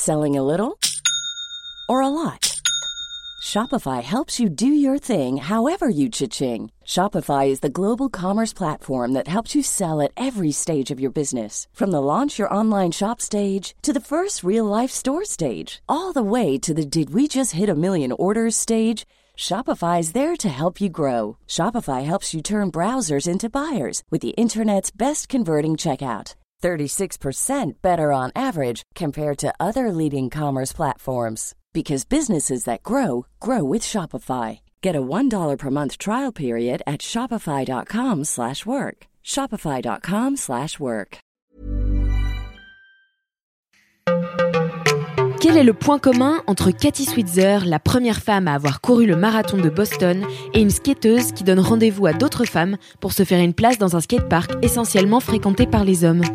Selling a little or a lot? Shopify helps you do your thing however you cha-ching. Shopify is the global commerce platform that helps you sell at every stage of your business. From the launch your online shop stage to the first real-life store stage, all the way to the did we just hit a million orders stage. Shopify is there to help you grow. Shopify helps you turn browsers into buyers with the internet's best converting checkout. 36% better on average compared to other leading commerce platforms. Because businesses that grow, grow with Shopify. Get a $1 per month trial period at shopify.com/work. Shopify.com/work. Quel est le point commun entre Cathy Switzer, la première femme à avoir couru le marathon de Boston, et une skateuse qui donne rendez-vous à d'autres femmes pour se faire une place dans un skatepark essentiellement fréquenté par les hommes?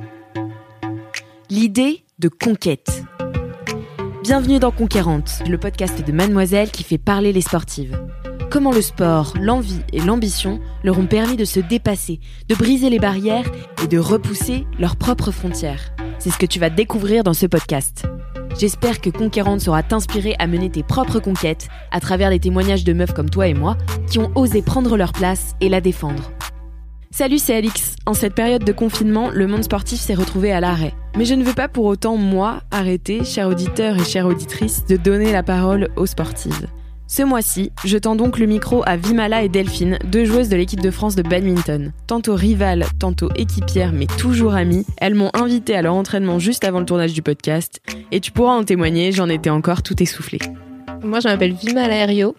L'idée de conquête. Bienvenue dans Conquérante, le podcast de Mademoiselle qui fait parler les sportives. Comment le sport, l'envie et l'ambition leur ont permis de se dépasser, de briser les barrières et de repousser leurs propres frontières. C'est ce que tu vas découvrir dans ce podcast. J'espère que Conquérante saura t'inspirer à mener tes propres conquêtes à travers les témoignages de meufs comme toi et moi qui ont osé prendre leur place et la défendre. Salut, c'est Alix. En cette période de confinement, le monde sportif s'est retrouvé à l'arrêt. Mais je ne veux pas pour autant, moi, arrêter, chers auditeurs et chères auditrices, de donner la parole aux sportives. Ce mois-ci, je tends donc le micro à Vimala et Delphine, deux joueuses de l'équipe de France de badminton. Tantôt rivales, tantôt équipières, mais toujours amies, elles m'ont invitée à leur entraînement juste avant le tournage du podcast. Et tu pourras en témoigner, j'en étais encore tout essoufflée. Moi, je m'appelle Vimala Herriot,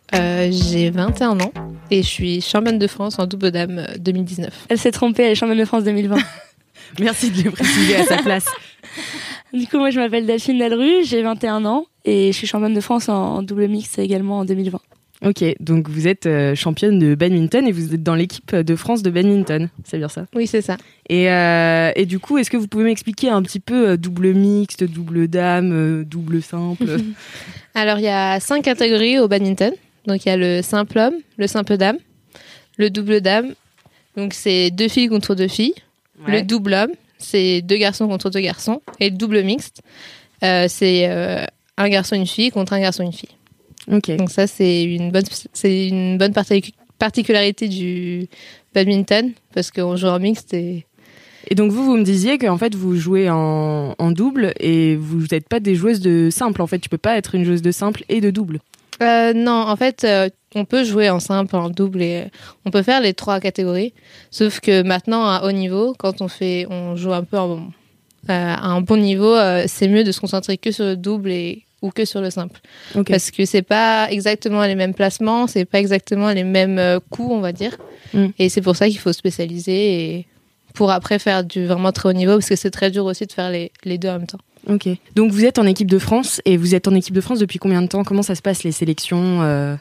j'ai 21 ans et je suis championne de France en double dame 2019. Elle s'est trompée, elle est championne de France 2020. Merci de le préciser à sa place. Du coup, moi, je m'appelle Delphine Delru, j'ai 21 ans et je suis championne de France en double mixte également en 2020. Ok, donc vous êtes championne de badminton et vous êtes dans l'équipe de France de badminton, c'est bien ça? Oui, c'est ça. Et du coup, est-ce que vous pouvez m'expliquer un petit peu double mixte, double dame, double simple? Alors, il y a 5 catégories au badminton. Donc, il y a le simple homme, le simple dame, le double dame. Donc, c'est 2 filles contre 2 filles. Ouais. Le double homme, c'est 2 garçons contre 2 garçons. Et le double mixte, c'est un garçon, une fille contre un garçon, une fille. Okay. Donc ça, c'est une bonne particularité du badminton parce qu'on joue en mixte. Et donc vous me disiez qu'en fait vous jouez en double et vous n'êtes pas des joueuses de simple. En fait, tu peux pas être une joueuse de simple et de double. Non, en fait, on peut jouer en simple, en double et on peut faire les 3 catégories. Sauf que maintenant, à haut niveau, quand on joue un peu à un bon niveau, c'est mieux de se concentrer que sur le double ou que sur le simple. Okay. Parce que c'est pas exactement les mêmes placements, c'est pas exactement les mêmes coups, on va dire. Et c'est pour ça qu'il faut spécialiser et pour après faire du vraiment très haut niveau, parce que c'est très dur aussi de faire les deux en même temps. Ok. Donc vous êtes en équipe de France, et vous êtes en équipe de France depuis combien de temps? Comment ça se passe, les sélections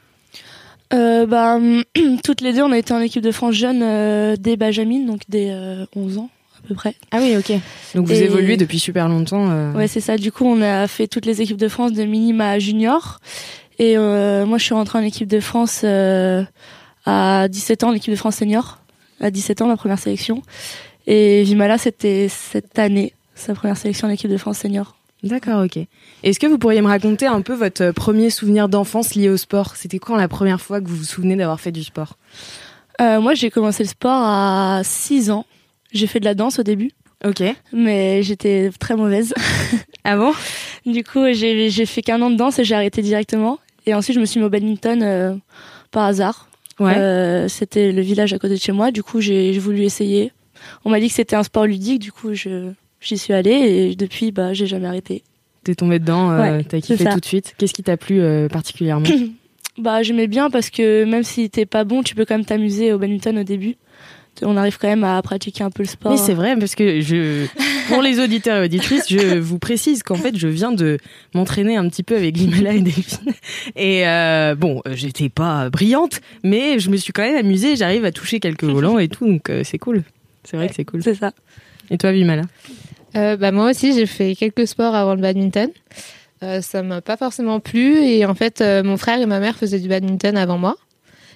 Toutes les deux, on a été en équipe de France jeune dès Benjamin, donc dès 11 ans. À peu près. Ah oui, ok. Donc vous évoluez depuis super longtemps. Ouais, c'est ça. Du coup, on a fait toutes les équipes de France de minima à junior. Et moi, je suis rentrée en équipe de France à 17 ans, l'équipe de France senior. À 17 ans, ma première sélection. Et Vimala, c'était cette année, sa première sélection en équipe de France senior. D'accord, ok. Est-ce que vous pourriez me raconter un peu votre premier souvenir d'enfance lié au sport? C'était quand la première fois que vous vous souvenez d'avoir fait du sport? Moi, j'ai commencé le sport à 6 ans. J'ai fait de la danse au début. Ok. Mais j'étais très mauvaise. Ah bon? Du coup, j'ai fait qu'1 an de danse et j'ai arrêté directement. Et ensuite, je me suis mis au badminton par hasard. Ouais. C'était le village à côté de chez moi. Du coup, j'ai voulu essayer. On m'a dit que c'était un sport ludique. Du coup, j'y suis allée et depuis, j'ai jamais arrêté. T'es tombée dedans, ouais, t'as kiffé tout de suite. Qu'est-ce qui t'a plu particulièrement? J'aimais bien parce que même si t'es pas bon, tu peux quand même t'amuser au badminton au début. On arrive quand même à pratiquer un peu le sport. Mais c'est vrai, parce que pour les auditeurs et auditrices, je vous précise qu'en fait, je viens de m'entraîner un petit peu avec Vimala et Delphine. Et j'étais pas brillante, mais je me suis quand même amusée. J'arrive à toucher quelques volants et tout, donc c'est cool. C'est vrai que c'est cool. C'est ça. Et toi, Vimala? Moi aussi, j'ai fait quelques sports avant le badminton. Ça m'a pas forcément plu. Et en fait, mon frère et ma mère faisaient du badminton avant moi.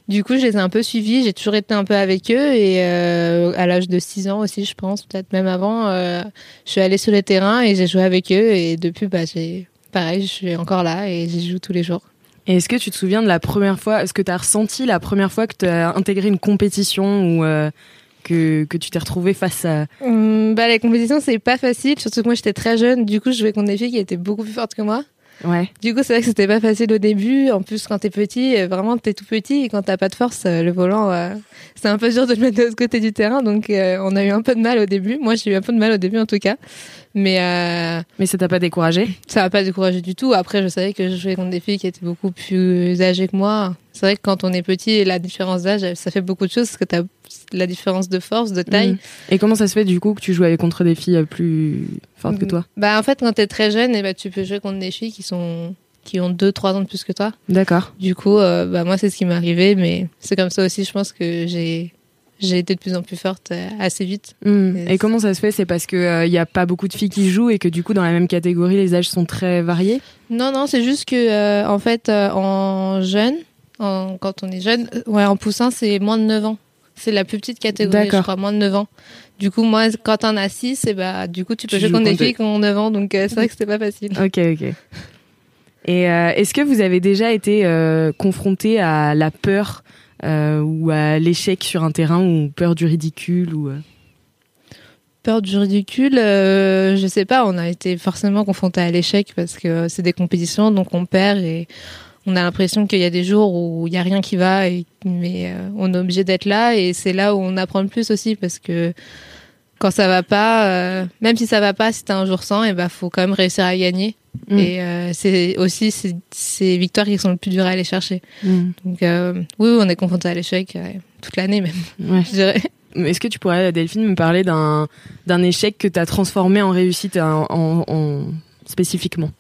Du coup, je les ai un peu suivis. J'ai toujours été un peu avec eux. Et à l'âge de 6 ans aussi, je pense, peut-être même avant, je suis allée sur le terrain et j'ai joué avec eux. Et depuis, pareil, je suis encore là et j'y joue tous les jours. Et est-ce que tu te souviens de la première fois, est-ce que tu as ressenti la première fois que tu as intégré une compétition ou que tu t'es retrouvée face à... Les compétitions, c'est pas facile. Surtout que moi, j'étais très jeune. Du coup, je jouais contre des filles qui étaient beaucoup plus fortes que moi. Ouais. Du coup, c'est vrai que c'était pas facile au début. En plus, quand t'es petit, vraiment, t'es tout petit et quand t'as pas de force, le volant, c'est un peu dur de le mettre de l'autre côté du terrain. Donc, on a eu un peu de mal au début. Moi, j'ai eu un peu de mal au début, en tout cas. Mais ça t'a pas découragé? Ça m'a pas découragé du tout. Après, je savais que je jouais contre des filles qui étaient beaucoup plus âgées que moi. C'est vrai que quand on est petit, la différence d'âge, ça fait beaucoup de choses parce que t'as la différence de force, de taille. Et comment ça se fait du coup que tu joues contre des filles plus fortes que toi? En fait, quand t'es très jeune, tu peux jouer contre des filles qui ont 2-3 ans de plus que toi. D'accord. Du coup, moi, c'est ce qui m'est arrivé, mais c'est comme ça aussi, je pense que j'ai été de plus en plus forte assez vite. Et comment ça se fait? C'est parce que y a pas beaucoup de filles qui jouent et que du coup, dans la même catégorie, les âges sont très variés? Non, c'est juste que, en fait, quand on est jeune, en poussin, c'est moins de 9 ans. C'est la plus petite catégorie, je crois, moins de 9 ans. Du coup, moi, quand t'en as 6, du coup, tu peux jouer contre des filles qui ont 9 ans, donc c'est vrai que c'était pas facile. Ok. Et est-ce que vous avez déjà été confronté à la peur ou à l'échec sur un terrain ou peur du ridicule ou Peur du ridicule, je sais pas, on a été forcément confronté à l'échec parce que c'est des compétitions, donc on perd et on a l'impression qu'il y a des jours où il y a rien qui va, mais on est obligé d'être là et c'est là où on apprend le plus aussi parce que quand ça va pas, même si ça va pas, si t'as un jour sans, faut quand même réussir à gagner. Et c'est aussi ces victoires qui sont le plus dures à aller chercher. Donc oui, on est confronté à l'échec toute l'année même, je dirais. Est-ce que tu pourrais, Delphine, me parler d'un échec que tu as transformé en réussite spécifiquement?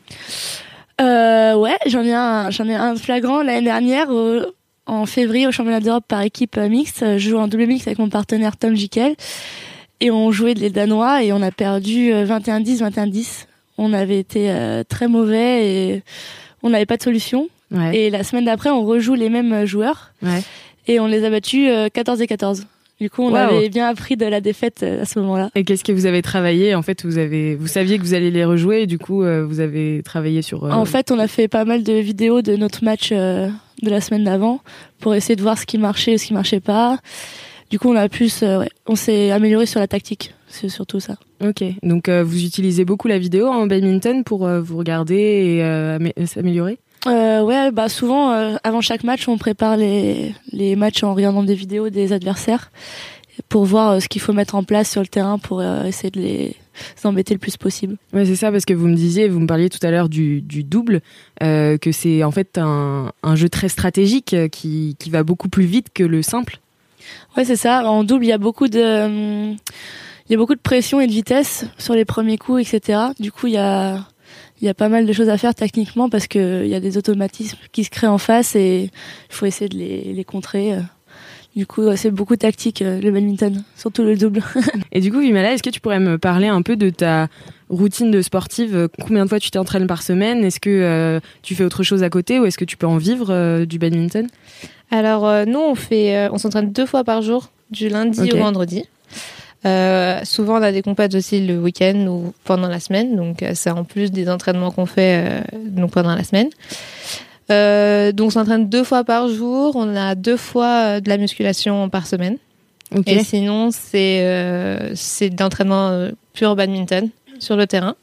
Ouais, j'en ai un flagrant l'année dernière en février au championnat d'Europe par équipe mixte. Je joue en double mixte avec mon partenaire Tom Jikel et on jouait les Danois et on a perdu 21-10, 21-10. On avait été très mauvais et on n'avait pas de solution. Ouais. Et la semaine d'après, on rejoue les mêmes joueurs et on les a battus 14-14. Du coup, on avait bien appris de la défaite à ce moment-là. Et qu'est-ce que vous avez travaillé? En fait, vous saviez que vous alliez les rejouer et du coup, vous avez travaillé sur... En fait, on a fait pas mal de vidéos de notre match de la semaine d'avant pour essayer de voir ce qui marchait et ce qui marchait pas. Du coup, on s'est amélioré sur la tactique. C'est surtout ça. Ok. Donc, vous utilisez beaucoup la vidéo en badminton pour vous regarder et s'améliorer? Souvent, avant chaque match, on prépare les matchs en regardant des vidéos des adversaires pour voir ce qu'il faut mettre en place sur le terrain pour essayer de les embêter le plus possible. Ouais, c'est ça, parce que vous me parliez tout à l'heure du double, que c'est en fait un jeu très stratégique qui va beaucoup plus vite que le simple. Ouais, c'est ça. En double, il y a beaucoup de pression et de vitesse sur les premiers coups, etc. Du coup, il y a pas mal de choses à faire techniquement parce que il y a des automatismes qui se créent en face et il faut essayer de les contrer. Du coup, c'est beaucoup tactique, le badminton, surtout le double. Et du coup, Vimala, est-ce que tu pourrais me parler un peu de ta routine de sportive? Combien de fois tu t'entraînes par semaine? Est-ce que tu fais autre chose à côté ou est-ce que tu peux en vivre du badminton? Alors, nous, on s'entraîne 2 fois par jour, du lundi au vendredi. Souvent, on a des compètes aussi le week-end ou pendant la semaine, donc c'est en plus des entraînements qu'on fait donc pendant la semaine. Donc, on s'entraîne 2 fois par jour. On a 2 fois de la musculation par semaine. Okay. Et sinon, c'est de l'entraînement pur badminton sur le terrain.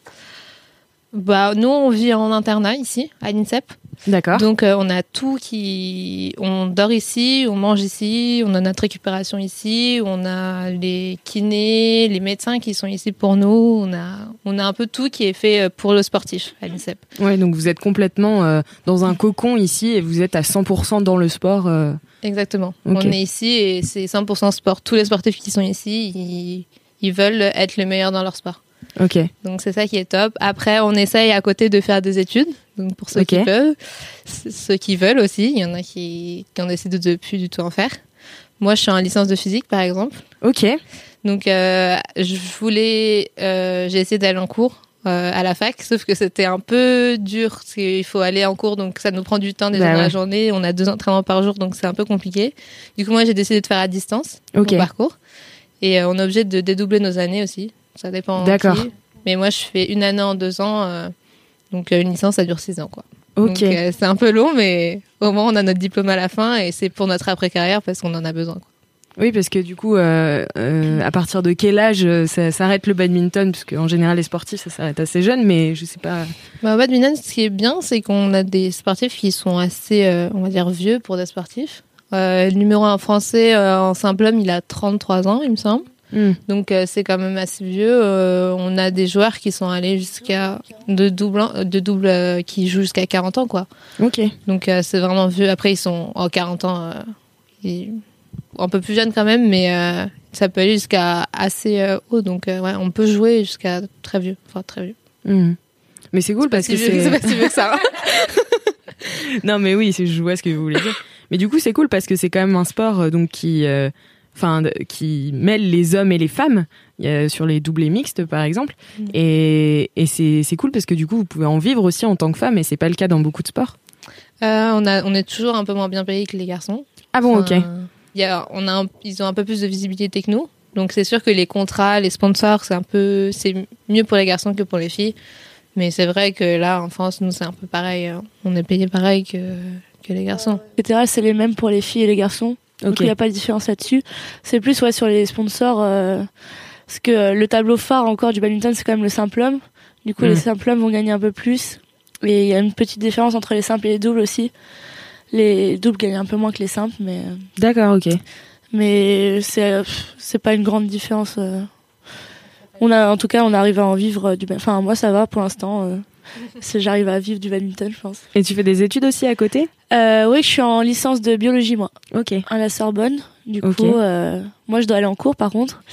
Nous, on vit en internat ici, à l'INSEP. D'accord. Donc, on a tout on dort ici, on mange ici, on a notre récupération ici, on a les kinés, les médecins qui sont ici pour nous. On a un peu tout qui est fait pour le sportif à l'INSEP. Ouais, donc vous êtes complètement dans un cocon ici et vous êtes à 100% dans le sport. Exactement. Okay. On est ici et c'est 100% sport. Tous les sportifs qui sont ici, ils veulent être le meilleur dans leur sport. Ok. Donc c'est ça qui est top. Après, on essaye à côté de faire des études. Donc pour ceux qui peuvent, ceux qui veulent aussi, il y en a qui ont décidé de plus du tout en faire. Moi, je suis en licence de physique, par exemple. Ok. Donc j'ai essayé d'aller en cours à la fac, sauf que c'était un peu dur parce qu'il faut aller en cours, donc ça nous prend du temps déjà dans la journée. On a 2 entraînements par jour, donc c'est un peu compliqué. Du coup, moi, j'ai décidé de faire à distance mon parcours. Et on est obligé de dédoubler nos années aussi. Ça dépend. D'accord. Mais moi, je fais 1 année en 2 ans. Donc, une licence, ça dure 6 ans, quoi. Ok. Donc, c'est un peu long, mais au moins, on a notre diplôme à la fin et c'est pour notre après-carrière parce qu'on en a besoin, quoi. Oui, parce que du coup, à partir de quel âge ça s'arrête le badminton? Parce qu'en général, les sportifs, ça s'arrête assez jeune, mais je sais pas. Au badminton, ce qui est bien, c'est qu'on a des sportifs qui sont assez, on va dire, vieux pour des sportifs. Le numéro 1 français en simple homme, il a 33 ans, il me semble. Donc, c'est quand même assez vieux. On a des joueurs qui sont allés jusqu'à de double qui jouent jusqu'à 40 ans, quoi. Ok. Donc, c'est vraiment vieux. Après, ils sont en 40 ans. Un peu plus jeune quand même, mais ça peut aller jusqu'à assez haut. Donc, on peut jouer jusqu'à très vieux. Enfin, très vieux. Mais c'est cool parce que c'est pas si vieux que ça. Non, mais oui, je vois ce que vous voulez dire. Mais du coup, c'est cool parce que c'est quand même un sport donc qui mêle les hommes et les femmes sur les doublés mixtes, par exemple. Et c'est cool parce que du coup, vous pouvez en vivre aussi en tant que femme et c'est pas le cas dans beaucoup de sports. On est toujours un peu moins bien payés que les garçons. Ah bon, ok. Ils ont un peu plus de visibilité que nous. Donc c'est sûr que les contrats, les sponsors, c'est mieux pour les garçons que pour les filles. Mais c'est vrai que là, en France, nous, c'est un peu pareil. On est payé pareil que les garçons. etc. C'est les mêmes pour les filles et les garçons. Donc il n'y a pas de différence là-dessus. C'est plus sur les sponsors. Parce que le tableau phare encore du badminton, c'est quand même le simple homme. Du coup, les simples hommes vont gagner un peu plus. Et il y a une petite différence entre les simples et les doubles aussi. Les doubles gagnent un peu moins que les simples, mais. D'accord, ok. Mais c'est pas une grande différence. En tout cas, on arrive à en vivre du. Enfin, moi, ça va pour l'instant. J'arrive à vivre du badminton, je pense. Et tu fais des études aussi à côté? Oui, je suis en licence de biologie, moi. Ok. À la Sorbonne. Du coup, moi, je dois aller en cours, par contre.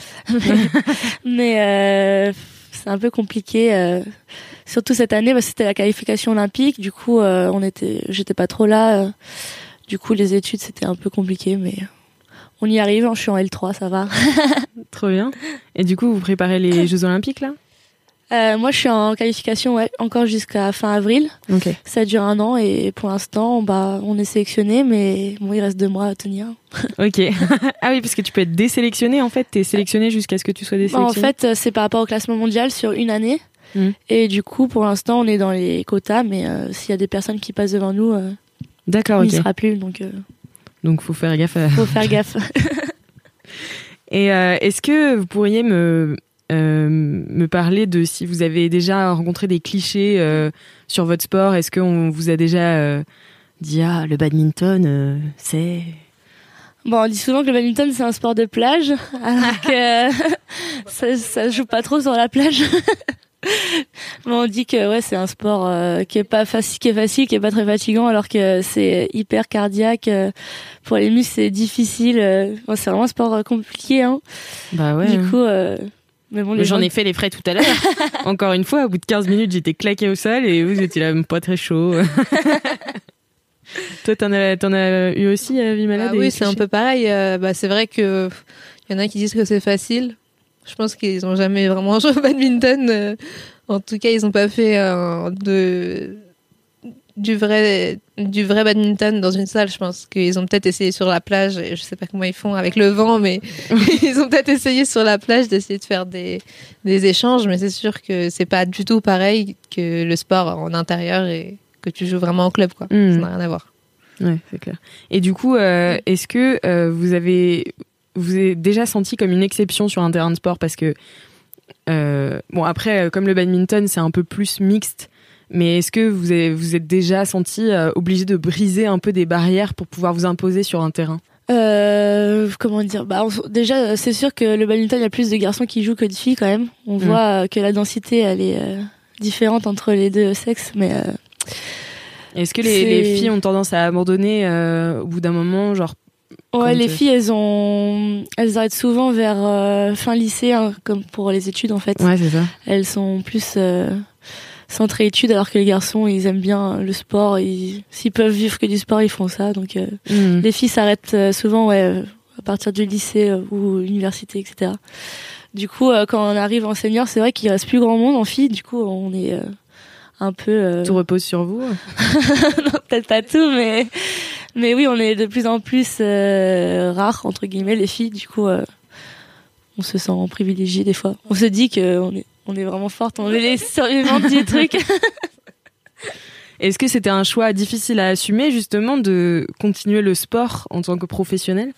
mais c'est un peu compliqué. Surtout cette année, parce que c'était la qualification olympique. Du coup, j'étais pas trop là. Du coup, les études, c'était un peu compliqué, mais on y arrive. Je suis en L3, ça va. Trop bien. Et du coup, vous préparez les Jeux Olympiques, là? Moi, je suis en qualification, encore jusqu'à fin avril. Ok. Ça dure 1 an et pour l'instant, on est sélectionné, mais bon, il reste 2 mois à tenir. Ok. Ah oui, parce que tu peux être désélectionné, en fait. T'es sélectionné jusqu'à ce que tu sois désélectionné. En fait, c'est par rapport au classement mondial sur une année. Et du coup, pour l'instant, on est dans les quotas, mais s'il y a des personnes qui passent devant nous, d'accord, il n'y sera plus. Donc, faut faire gaffe. Faut faire gaffe. Et est-ce que vous pourriez me parler de si vous avez déjà rencontré des clichés sur votre sport? Est-ce qu'on vous a déjà dit le badminton c'est... Bon, on dit souvent que le badminton c'est un sport de plage, alors que ça se joue pas trop sur la plage. Mais on dit que c'est un sport qui est pas facile, qui est pas très fatigant, alors que c'est hyper cardiaque. Pour les muscles, c'est difficile. C'est vraiment un sport compliqué. Hein. Bah ouais. Du coup. Mais bon, j'en ai fait les frais tout à l'heure. Encore une fois, au bout de 15 minutes, j'étais claqué au sol et vous étiez là, même pas très chaud. Toi, t'en as eu aussi, Vimala? Oui, c'est un peu pareil. C'est vrai que y en a qui disent que c'est facile. Je pense qu'ils ont jamais vraiment joué au badminton. En tout cas, ils ont pas fait du vrai badminton dans une salle. Je pense qu'ils ont peut-être essayé sur la plage. Et je sais pas comment ils font avec le vent, mais ils ont peut-être essayé sur la plage d'essayer de faire des échanges. Mais c'est sûr que c'est pas du tout pareil que le sport en intérieur et que tu joues vraiment en club, quoi. Ça n'a rien à voir. Ouais, c'est clair. Et du coup, est-ce que vous avez déjà senti comme une exception sur un terrain de sport? Parce que après, comme le badminton, c'est un peu plus mixte. Mais est-ce que vous êtes déjà senti obligé de briser un peu des barrières pour pouvoir vous imposer sur un terrain? Comment dire? Déjà, c'est sûr que le badminton, il y a plus de garçons qui jouent que de filles quand même. On voit que la densité, elle est différente entre les deux sexes, mais. Est-ce que les filles ont tendance à abandonner au bout d'un moment, genre? Ouais, les filles, elles arrêtent souvent vers fin lycée, hein, comme pour les études en fait. Ouais, c'est ça. Elles sont plus centrées études, alors que les garçons, ils aiment bien le sport. S'ils peuvent vivre que du sport, ils font ça. Donc, les filles s'arrêtent souvent, à partir du lycée ou université, etc. Du coup, quand on arrive en senior, c'est vrai qu'il reste plus grand monde en filles. Du coup, on est un peu... Tout repose sur vous. Non, peut-être pas tout, mais oui, on est de plus en plus rares, entre guillemets, les filles. Du coup, on se sent privilégié des fois. On se dit qu'on est vraiment fortes, on est les survivantes du truc. Est-ce que c'était un choix difficile à assumer, justement, de continuer le sport en tant que professionnel?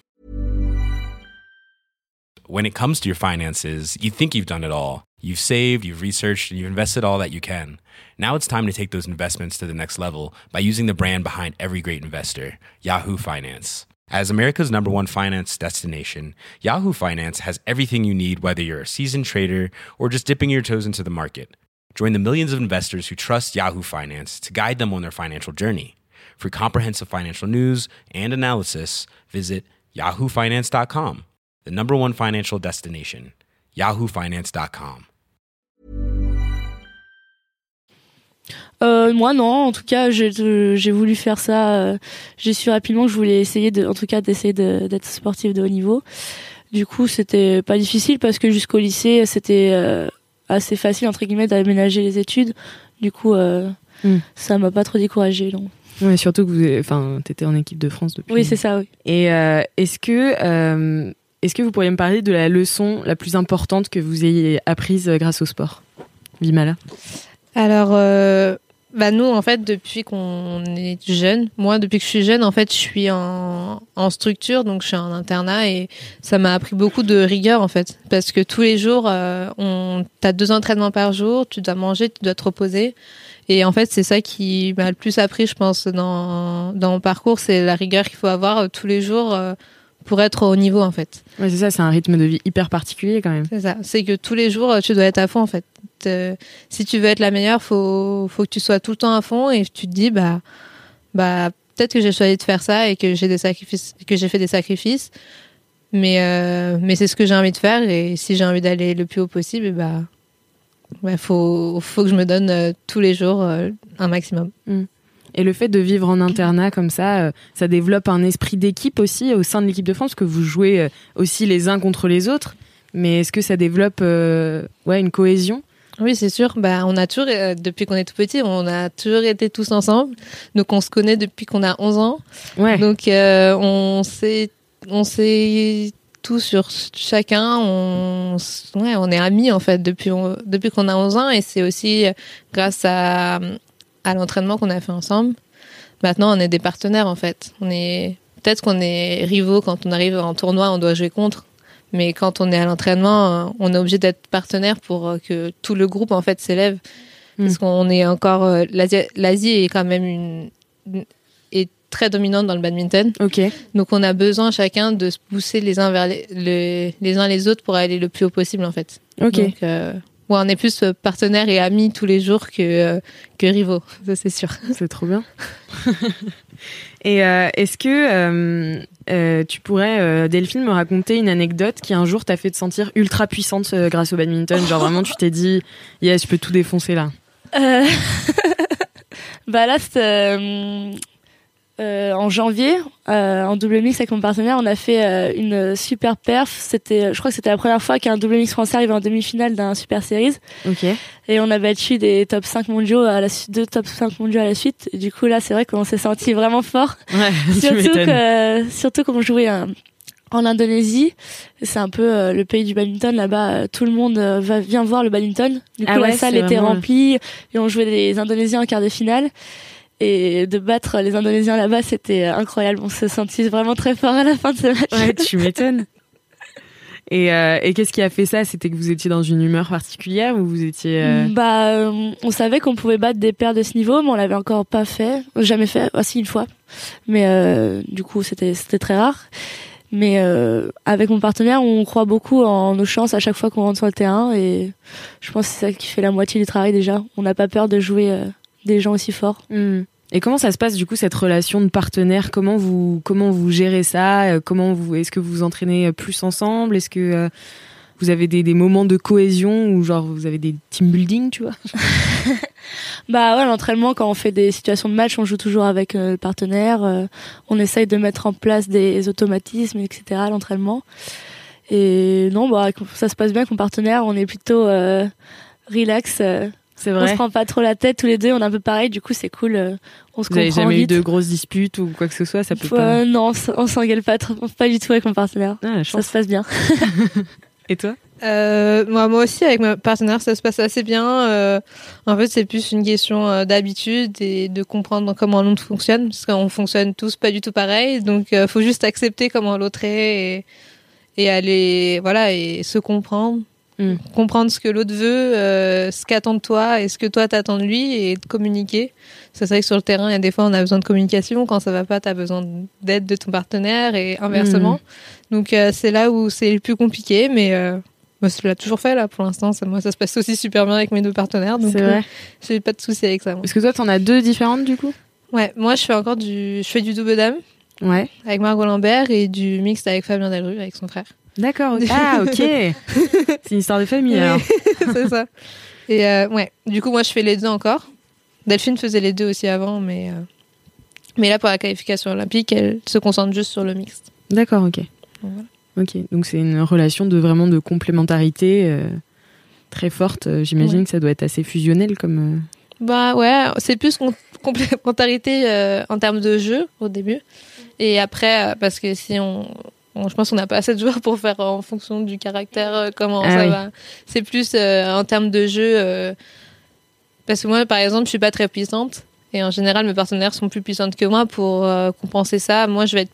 When it comes to your finances, you think you've done it all. You've saved, you've researched, and you've invested all that you can. Now it's time to take those investments to the next level by using the brand behind every great investor, Yahoo Finance. As America's #1 finance destination, Yahoo Finance has everything you need, whether you're a seasoned trader or just dipping your toes into the market. Join the millions of investors who trust Yahoo Finance to guide them on their financial journey. For comprehensive financial news and analysis, visit yahoofinance.com, the #1 financial destination, yahoofinance.com. Moi non, en tout cas j'ai voulu faire ça. J'ai su rapidement que je voulais essayer d'être sportive de haut niveau. Du coup c'était pas difficile parce que jusqu'au lycée c'était assez facile entre guillemets d'aménager les études. Du coup ça m'a pas trop découragée, non. Ouais, surtout que t'étais en équipe de France depuis. Oui, c'est ça, oui. Et est-ce que vous pourriez me parler de la leçon la plus importante que vous ayez apprise grâce au sport, Vimala? Alors, nous, en fait, depuis qu'on est jeune, moi, depuis que je suis jeune, en fait, je suis en structure, donc je suis en internat et ça m'a appris beaucoup de rigueur, en fait. Parce que tous les jours, t'as 2 entraînements par jour, tu dois manger, tu dois te reposer. Et en fait, c'est ça qui m'a le plus appris, je pense, dans mon parcours, c'est la rigueur qu'il faut avoir tous les jours pour être au haut niveau, en fait. Ouais, c'est ça, c'est un rythme de vie hyper particulier, quand même. C'est ça, c'est que tous les jours, tu dois être à fond, en fait. Si tu veux être la meilleure, faut que tu sois tout le temps à fond et tu te dis, peut-être que j'ai choisi de faire ça et que j'ai fait des sacrifices, mais c'est ce que j'ai envie de faire et si j'ai envie d'aller le plus haut possible, faut que je me donne tous les jours un maximum. Et le fait de vivre en internat comme ça, ça développe un esprit d'équipe aussi au sein de l'équipe de France, que vous jouez aussi les uns contre les autres. Mais est-ce que ça développe une cohésion? Oui, c'est sûr. On a toujours, depuis qu'on est tout petit, on a toujours été tous ensemble. Donc, on se connaît depuis qu'on a 11 ans. Ouais. Donc, on sait tout sur chacun. On est amis, en fait, depuis qu'on a 11 ans. Et c'est aussi grâce à l'entraînement qu'on a fait ensemble. Maintenant, on est des partenaires, en fait. Peut-être qu'on est rivaux quand on arrive en tournoi, on doit jouer contre. Mais quand on est à l'entraînement, on est obligé d'être partenaire pour que tout le groupe en fait s'élève. Parce qu'on est encore l'Asie est quand même est très dominante dans le badminton. Ok. Donc on a besoin chacun de se pousser les uns vers les uns les autres pour aller le plus haut possible en fait. Ok. Donc on est plus partenaires et amis tous les jours que rivaux, ça c'est sûr. C'est trop bien. Et est-ce que tu pourrais, Delphine, me raconter une anecdote qui un jour t'a fait te sentir ultra puissante grâce au badminton? Genre vraiment, tu t'es dit, yes, je peux tout défoncer là. Là, c'était en janvier, en double mix avec mon partenaire, on a fait une super perf. Je crois que c'était la première fois qu'un double mix français arrivait en demi-finale d'un Super Series. Ok. Et on a battu des top 5 mondiaux à la suite, 2 top 5 mondiaux à la suite. Et du coup, là, c'est vrai qu'on s'est senti vraiment fort. Ouais, surtout qu'on jouait en Indonésie. C'est un peu le pays du badminton. Là-bas, tout le monde vient voir le badminton. Du coup, la salle était remplie et on jouait des Indonésiens en quart de finale. Et de battre les Indonésiens là-bas, c'était incroyable. On se sentit vraiment très fort à la fin de ce match. Ouais, tu m'étonnes. Et qu'est-ce qui a fait ça? C'était que vous étiez dans une humeur particulière ou vous étiez... on savait qu'on pouvait battre des paires de ce niveau, mais on l'avait encore pas fait. Jamais fait. Si, une fois. Mais du coup, c'était très rare. Mais avec mon partenaire, on croit beaucoup en nos chances à chaque fois qu'on rentre sur le terrain. Et je pense que c'est ça qui fait la moitié du travail déjà. On n'a pas peur de jouer des gens aussi forts. Et comment ça se passe du coup cette relation de partenaire? Comment vous gérez ça? Est-ce que vous vous entraînez plus ensemble? Est-ce que vous avez des moments de cohésion ou genre vous avez des team building, tu vois? L'entraînement, quand on fait des situations de match, on joue toujours avec le partenaire. On essaye de mettre en place des automatismes, etc. à l'entraînement. Et non, ça se passe bien avec mon partenaire. On est plutôt relax. C'est On vrai. se prend pas trop la tête tous les deux. On est un peu pareil. Du coup, c'est cool. On se Vous avez comprend jamais eu vite. de grosses disputes ou quoi que ce soit, ça peut pas. Non, on s'engueule pas du tout avec mon partenaire. Ah, la Ça chance. se passe bien. Et toi? Moi aussi, avec ma partenaire, ça se passe assez bien. En fait, c'est plus une question d'habitude et de comprendre comment l'autre fonctionne, parce qu'on fonctionne tous pas du tout pareil. Donc, faut juste accepter comment l'autre est et aller, voilà, et se comprendre. Comprendre ce que l'autre veut, ce qu'attend de toi et ce que toi t'attends de lui, et de communiquer. C'est vrai que sur le terrain, il y a des fois on a besoin de communication. Quand ça va pas, t'as besoin d'aide de ton partenaire et inversement. Donc c'est là où c'est le plus compliqué, mais moi je l'ai toujours fait là pour l'instant. Moi ça se passe aussi super bien avec mes deux partenaires, donc C'est vrai. j'ai pas de souci avec ça. Moi. Parce que toi, t'en as 2 différentes du coup? Ouais, moi je fais du double dame Ouais. avec Margot Lambert et du mixte avec Fabien Delru avec son frère. D'accord. Ah, ok. C'est une histoire de famille alors. C'est ça. Et ouais, du coup moi je fais les deux encore. Delphine faisait les deux aussi avant, mais là pour la qualification olympique, elle se concentre juste sur le mixte. D'accord, ok. Voilà. Ok, donc c'est une relation vraiment de complémentarité très forte. J'imagine Ouais. que ça doit être assez fusionnel comme. Bah ouais, c'est plus complémentarité en termes de jeu au début. Et après, parce que si je pense qu'on n'a pas assez de joueurs pour faire en fonction du caractère comment ça va. C'est plus en termes de jeu. Parce que moi, par exemple, je suis pas très puissante. Et en général, mes partenaires sont plus puissantes que moi pour compenser ça. Moi, je vais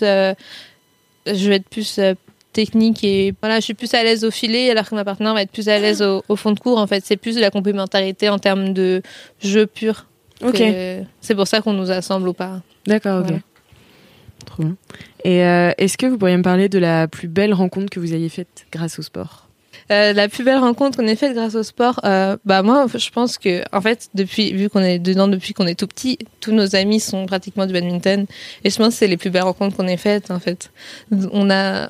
être plus technique et voilà, je suis plus à l'aise au filet, alors que ma partenaire va être plus à l'aise au fond de cours. En fait, c'est plus de la complémentarité en termes de jeu pur. Ok. C'est pour ça qu'on nous assemble ou pas. D'accord, ok. Voilà. Trop bien. Et est-ce que vous pourriez me parler de la plus belle rencontre que vous ayez faite grâce au sport? La plus belle rencontre qu'on ait faite grâce au sport, moi, je pense que, en fait, vu qu'on est dedans depuis qu'on est tout petit, tous nos amis sont pratiquement du badminton. Et je pense que c'est les plus belles rencontres qu'on ait faites, en fait. On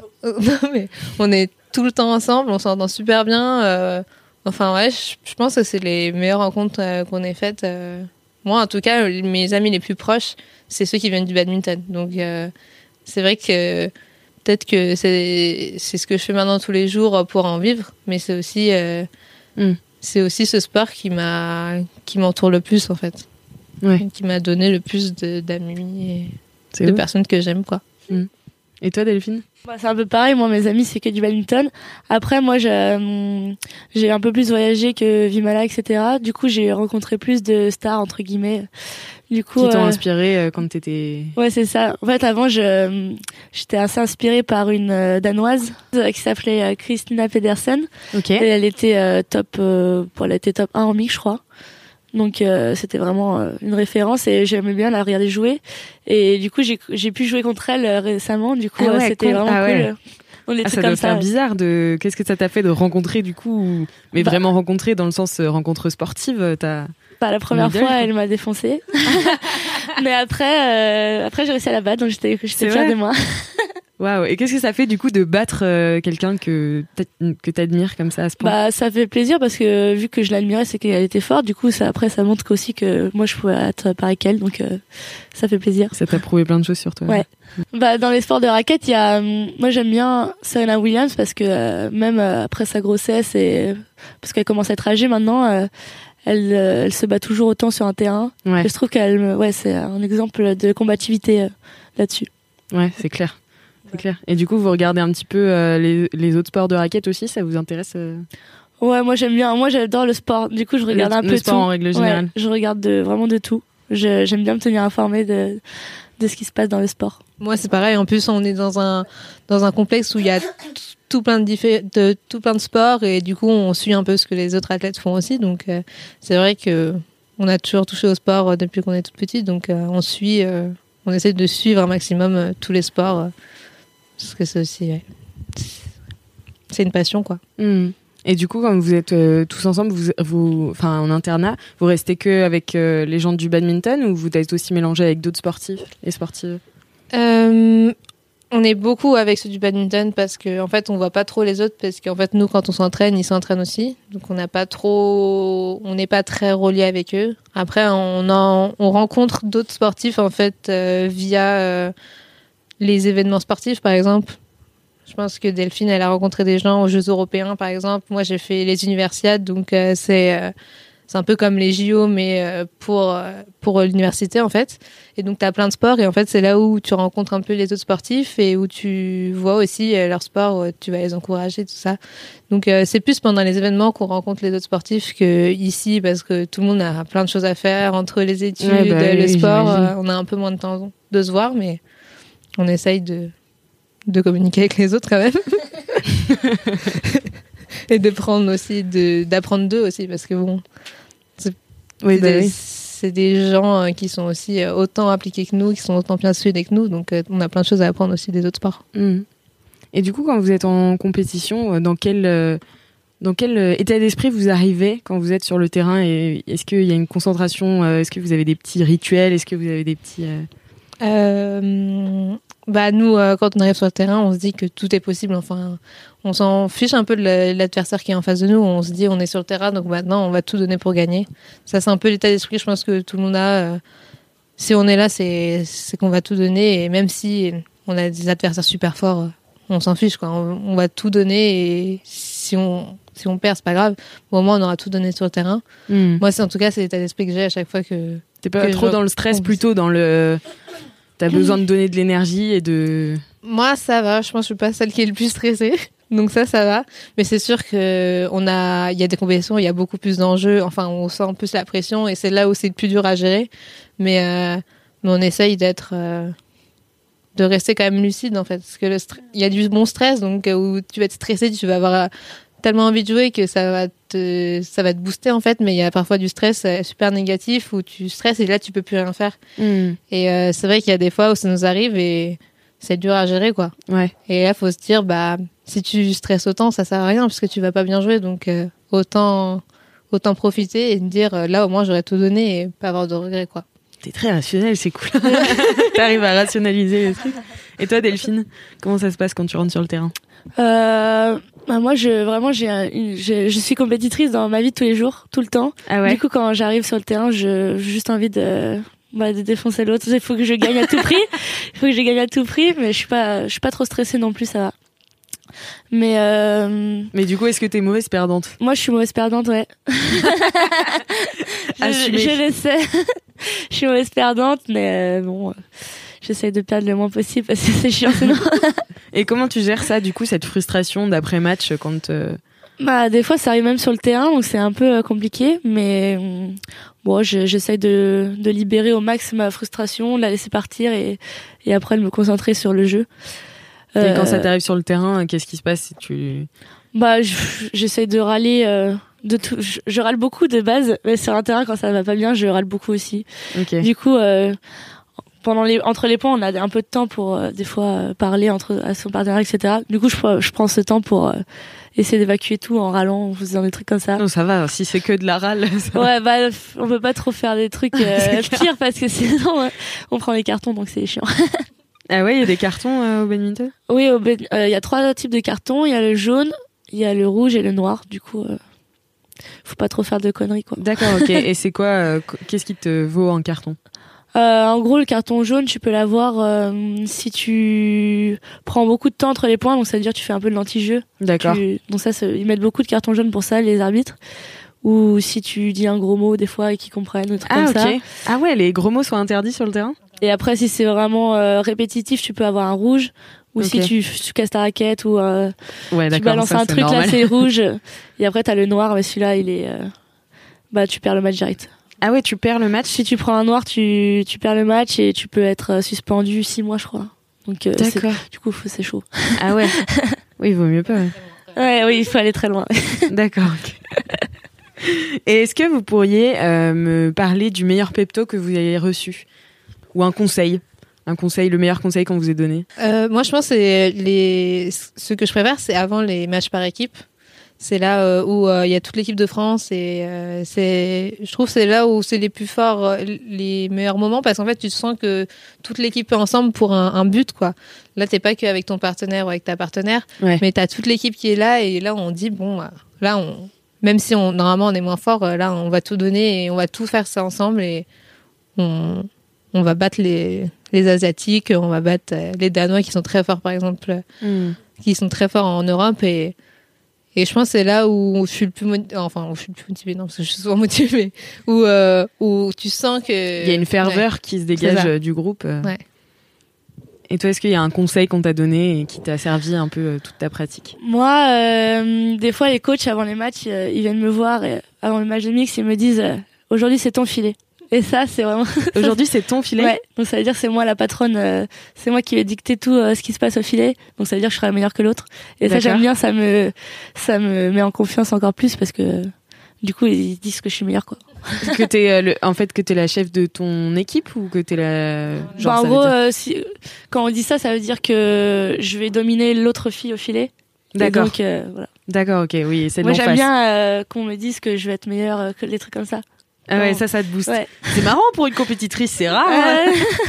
est tout le temps ensemble, on s'entend super bien. Enfin, ouais, je pense que c'est les meilleures rencontres qu'on ait faites. Moi, en tout cas, mes amis les plus proches, c'est ceux qui viennent du badminton. Donc, c'est vrai que peut-être que c'est ce que je fais maintenant tous les jours pour en vivre, mais c'est aussi ce sport qui m'entoure le plus, en fait. Ouais. Qui m'a donné le plus d'amis et de ouf. personnes que j'aime, quoi. Et toi, Delphine? C'est un peu pareil. Moi, mes amis, c'est que du badminton. Après, moi, j'ai un peu plus voyagé que Vimala, etc. Du coup, j'ai rencontré plus de stars, entre guillemets. Du coup, Qui t'ont inspiré quand t'étais... Ouais, c'est ça. En fait, avant, j'étais assez inspirée par une Danoise qui s'appelait Christina Pedersen. Ok. Et elle était top 1 en mix, je crois. Donc c'était vraiment une référence et j'aimais bien la regarder jouer. Et du coup, j'ai pu jouer contre elle récemment. Du coup, c'était cool. vraiment cool. Ouais. On était ça comme doit ça. faire bizarre de... Qu'est-ce que ça t'a fait de rencontrer du coup? Mais vraiment rencontrer dans le sens rencontre sportive, t'as... La première Idole, fois, quoi. elle m'a défoncé. Mais après j'ai réussi à la battre, donc j'étais fière de moi. Waouh. Et qu'est-ce que ça fait du coup de battre quelqu'un que t'admires comme ça à ce point? Ça fait plaisir parce que vu que je l'admirais, c'est qu'elle était forte. Du coup, ça montre aussi que moi, je pouvais être pareil qu'elle. Donc, ça fait plaisir. Ça t'a prouvé plein de choses sur toi. Ouais. Dans les sports de raquettes, moi, j'aime bien Serena Williams parce que même après sa grossesse et parce qu'elle commence à être âgée maintenant, elle se bat toujours autant sur un terrain. Ouais. Et je trouve c'est un exemple de combativité là-dessus. Ouais, c'est clair. C'est clair. Et du coup, vous regardez un petit peu les autres sports de raquettes aussi, ça vous intéresse? Ouais, moi j'aime bien. Moi j'adore le sport. Du coup, je regarde un peu le sport tout. en règle générale. Ouais, je regarde vraiment de tout. J'aime bien me tenir informée de ce qui se passe dans le sport. Moi, c'est pareil. En plus, on est dans un complexe où il y a tout plein de sports et du coup, on suit un peu ce que les autres athlètes font aussi. Donc, c'est vrai que on a toujours touché au sport depuis qu'on est toute petite. Donc, on essaie de suivre un maximum tous les sports. Parce que c'est aussi, c'est une passion, quoi. Et du coup, quand vous êtes tous ensemble, enfin en internat, vous restez que avec les gens du badminton ou vous êtes aussi mélangé avec d'autres sportifs et sportives? On est beaucoup avec ceux du badminton parce que en fait, on voit pas trop les autres parce qu'en fait, nous, quand on s'entraîne, ils s'entraînent aussi. Donc, on n'est pas très reliés avec eux. Après, on rencontre d'autres sportifs en fait via les événements sportifs, par exemple. Je pense que Delphine, elle a rencontré des gens aux Jeux européens, par exemple. Moi, j'ai fait les universiades, donc c'est un peu comme les JO, mais pour l'université, en fait. Et donc, tu as plein de sports, et en fait, c'est là où tu rencontres un peu les autres sportifs et où tu vois aussi leur sport, tu vas les encourager, tout ça. Donc, c'est plus pendant les événements qu'on rencontre les autres sportifs qu'ici, parce que tout le monde a plein de choses à faire entre les études, le sport. On a un peu moins de temps de se voir, mais on essaye de communiquer avec les autres quand même. Et de prendre aussi, d'apprendre d'eux aussi, parce que bon, c'est des gens qui sont aussi autant impliqués que nous, qui sont autant passionnés que nous, donc on a plein de choses à apprendre aussi des autres sports. Et du coup, quand vous êtes en compétition, dans quel état d'esprit vous arrivez quand vous êtes sur le terrain, et est-ce qu'il y a une concentration, est-ce que vous avez des petits rituels, est-ce que vous avez des petits... Nous, quand on arrive sur le terrain, on se dit que tout est possible. Enfin, on s'en fiche un peu de l'adversaire qui est en face de nous. On se dit, on est sur le terrain, donc maintenant, on va tout donner pour gagner. Ça, c'est un peu l'état d'esprit, je pense, que tout le monde a. Si on est là, c'est qu'on va tout donner. Et même si on a des adversaires super forts, on s'en fiche, quoi. On va tout donner. Et si on perd, c'est pas grave. Au moins, on aura tout donné sur le terrain. Moi, en tout cas, c'est l'état d'esprit que j'ai à chaque fois que... T'es pas trop dans le stress, plutôt dans le... T'as besoin de donner de l'énergie et de... Moi, ça va. Je pense que je suis pas celle qui est le plus stressée. Donc ça va. Mais c'est sûr qu'il y a des compétitions, il y a beaucoup plus d'enjeux. Enfin, on sent plus la pression et c'est là où c'est le plus dur à gérer. Mais on essaye de rester quand même lucide, en fait. Parce que il y a du bon stress, donc où tu vas être stressé, tu vas avoir tellement envie de jouer que ça va te booster, en fait. Mais il y a parfois du stress super négatif où tu stresses et là, tu peux plus rien faire. Et c'est vrai qu'il y a des fois où ça nous arrive et c'est dur à gérer, quoi. Ouais. Et là, faut se dire, si tu stresses autant, ça sert à rien parce que tu vas pas bien jouer. Donc, autant profiter et te dire, là, au moins, j'aurais tout donné et pas avoir de regrets, quoi. T'es très rationnel, c'est cool. T'arrives à rationaliser les trucs. Et toi, Delphine, comment ça se passe quand tu rentres sur le terrain? Moi, je suis compétitrice dans ma vie de tous les jours, tout le temps. Ah ouais. Du coup, quand j'arrive sur le terrain, j'ai juste envie de défoncer l'autre. Il faut que je gagne à tout prix. Mais je suis pas trop stressée non plus, ça va. Mais du coup, est-ce que t'es mauvaise perdante? Moi, je suis mauvaise perdante, ouais. Je le sais. Je suis mauvaise perdante, mais j'essaye de perdre le moins possible parce que c'est chiant sinon. Et comment tu gères ça, du coup, cette frustration d'après-match quand... Des fois, ça arrive même sur le terrain, donc c'est un peu compliqué, mais j'essaye de libérer au max ma frustration, de la laisser partir et après de me concentrer sur le jeu. Et quand ça t'arrive sur le terrain, qu'est-ce qui se passe si tu... J'essaye de râler... de tout. Je râle beaucoup de base, mais sur un terrain, quand ça va pas bien, je râle beaucoup aussi. Okay. Du coup, entre les points, on a un peu de temps pour des fois parler à son partenaire, etc. Du coup, je prends ce temps pour essayer d'évacuer tout en râlant, en faisant des trucs comme ça. Non, ça va. Si c'est que de la râle. Ouais, on peut pas trop faire des trucs pires parce que sinon on prend les cartons, donc c'est chiant. Ah ouais, il y a des cartons au badminton? Oui, il y a 3 types de cartons. Il y a le jaune, il y a le rouge et le noir. Du coup, faut pas trop faire de conneries, quoi. D'accord, ok. Et c'est quoi qu'est-ce qui te vaut en carton? En gros, le carton jaune, tu peux l'avoir si tu prends beaucoup de temps entre les points, donc ça veut dire que tu fais un peu de l'anti-jeu. D'accord. Donc ils mettent beaucoup de cartons jaunes pour ça, les arbitres. Ou si tu dis un gros mot des fois et qu'ils comprennent, des trucs comme ça. Ah ouais, les gros mots sont interdits sur le terrain? Et après, si c'est vraiment répétitif, tu peux avoir un rouge. Ou si tu casses ta raquette ou tu balances un truc, normal. Là c'est rouge. Et après t'as le noir, mais celui-là il est tu perds le match direct. Ah ouais, tu perds le match? Si tu prends un noir, tu perds le match et tu peux être suspendu 6 mois, je crois. Donc d'accord. Du coup c'est chaud. Ah ouais. Oui, il vaut mieux pas. Ouais, oui, il faut aller très loin. D'accord. Okay. Et est-ce que vous pourriez me parler du meilleur pep-talk que vous ayez reçu? Ou un conseil, le meilleur conseil qu'on vous ait donné? Moi, je pense que ce que je préfère, c'est avant les matchs par équipe. C'est là où il y a toute l'équipe de France et je trouve que c'est là où c'est les plus forts, les meilleurs moments, parce qu'en fait, tu sens que toute l'équipe est ensemble pour un but, quoi. Là, t'es pas qu'avec ton partenaire ou avec ta partenaire, mais t'as toute l'équipe qui est là et là, on dit même si normalement on est moins fort, là, on va tout donner et on va tout faire ça ensemble et on va battre les Asiatiques, on va battre les Danois qui sont très forts, par exemple, qui sont très forts en Europe et je pense que c'est là où je suis le plus motivée, non, parce que je suis souvent motivée, où tu sens que... Il y a une ferveur qui se dégage du groupe. Ouais. Et toi, est-ce qu'il y a un conseil qu'on t'a donné et qui t'a servi un peu toute ta pratique? Moi, des fois, les coachs, avant les matchs, ils viennent me voir, et avant le match de mix, ils me disent « Aujourd'hui, c'est ton filet ». Et ça, c'est vraiment... Aujourd'hui, c'est ton filet? Ouais, donc ça veut dire que c'est moi la patronne, c'est moi qui vais dicter tout ce qui se passe au filet, donc ça veut dire que je serai la meilleure que l'autre. Et ça, j'aime bien, ça me met en confiance encore plus parce que du coup, ils disent que je suis meilleure, quoi. Que t'es que t'es la chef de ton équipe ou que t'es la... Genre, en gros, quand on dit ça, ça veut dire que je vais dominer l'autre fille au filet. D'accord. Donc, voilà. D'accord, ok, oui, c'est de moi, l'en j'aime face. bien qu'on me dise que je vais être meilleure que les trucs comme ça. Ah ouais, ça te booste. Ouais. C'est marrant pour une compétitrice, c'est rare. Hein.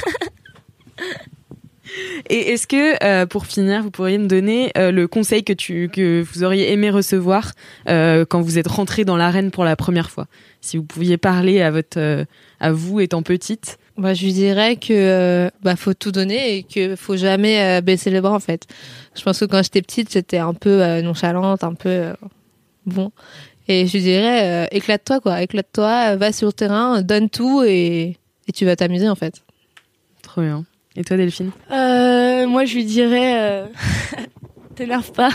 Et est-ce que, pour finir, vous pourriez me donner le conseil que vous auriez aimé recevoir quand vous êtes rentrée dans l'arène pour la première fois? Si vous pouviez parler à vous étant petite. Je lui dirais que faut tout donner et que faut jamais baisser les bras en fait. Je pense que quand j'étais petite, j'étais un peu nonchalante, un peu bon. Et je lui dirais éclate-toi quoi, va sur le terrain, donne tout et tu vas t'amuser en fait. Trop bien. Et toi Delphine? Moi je lui dirais t'énerve pas.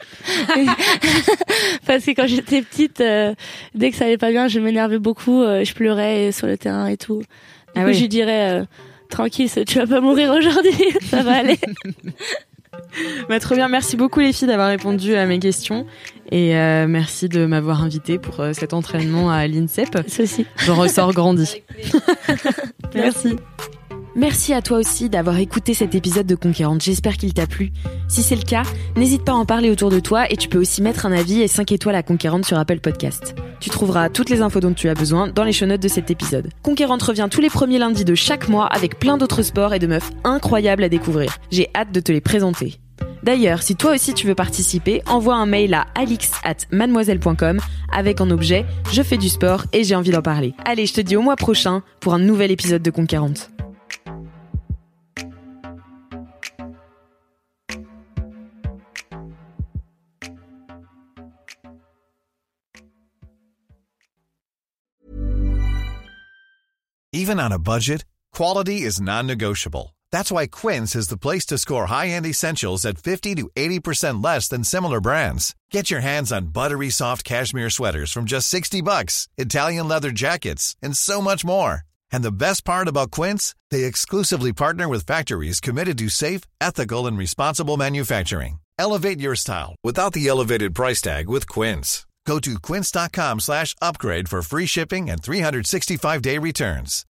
Parce que quand j'étais petite, dès que ça allait pas bien, je m'énervais beaucoup, je pleurais sur le terrain et tout. Du coup, je lui dirais tranquille, tu vas pas mourir aujourd'hui, ça va aller. Trop bien, merci beaucoup les filles d'avoir répondu à mes questions et merci de m'avoir invitée pour cet entraînement à l'INSEP. Ceci. J'en ressors grandi. Merci. Merci à toi aussi d'avoir écouté cet épisode de Conquérante, j'espère qu'il t'a plu. Si c'est le cas, n'hésite pas à en parler autour de toi et tu peux aussi mettre un avis et 5 étoiles à Conquérante sur Apple Podcast. Tu trouveras toutes les infos dont tu as besoin dans les show notes de cet épisode. Conquérante revient tous les premiers lundis de chaque mois avec plein d'autres sports et de meufs incroyables à découvrir. J'ai hâte de te les présenter. D'ailleurs, si toi aussi tu veux participer, envoie un mail à alix@mademoiselle.com avec en objet « Je fais du sport et j'ai envie d'en parler ». Allez, je te dis au mois prochain pour un nouvel épisode de Conquérante. Even on a budget, quality is non-negotiable. That's why Quince is the place to score high-end essentials at 50 to 80% less than similar brands. Get your hands on buttery soft cashmere sweaters from just $60, Italian leather jackets, and so much more. And the best part about Quince, they exclusively partner with factories committed to safe, ethical, and responsible manufacturing. Elevate your style without the elevated price tag with Quince. Go to quince.com/upgrade for free shipping and 365-day returns.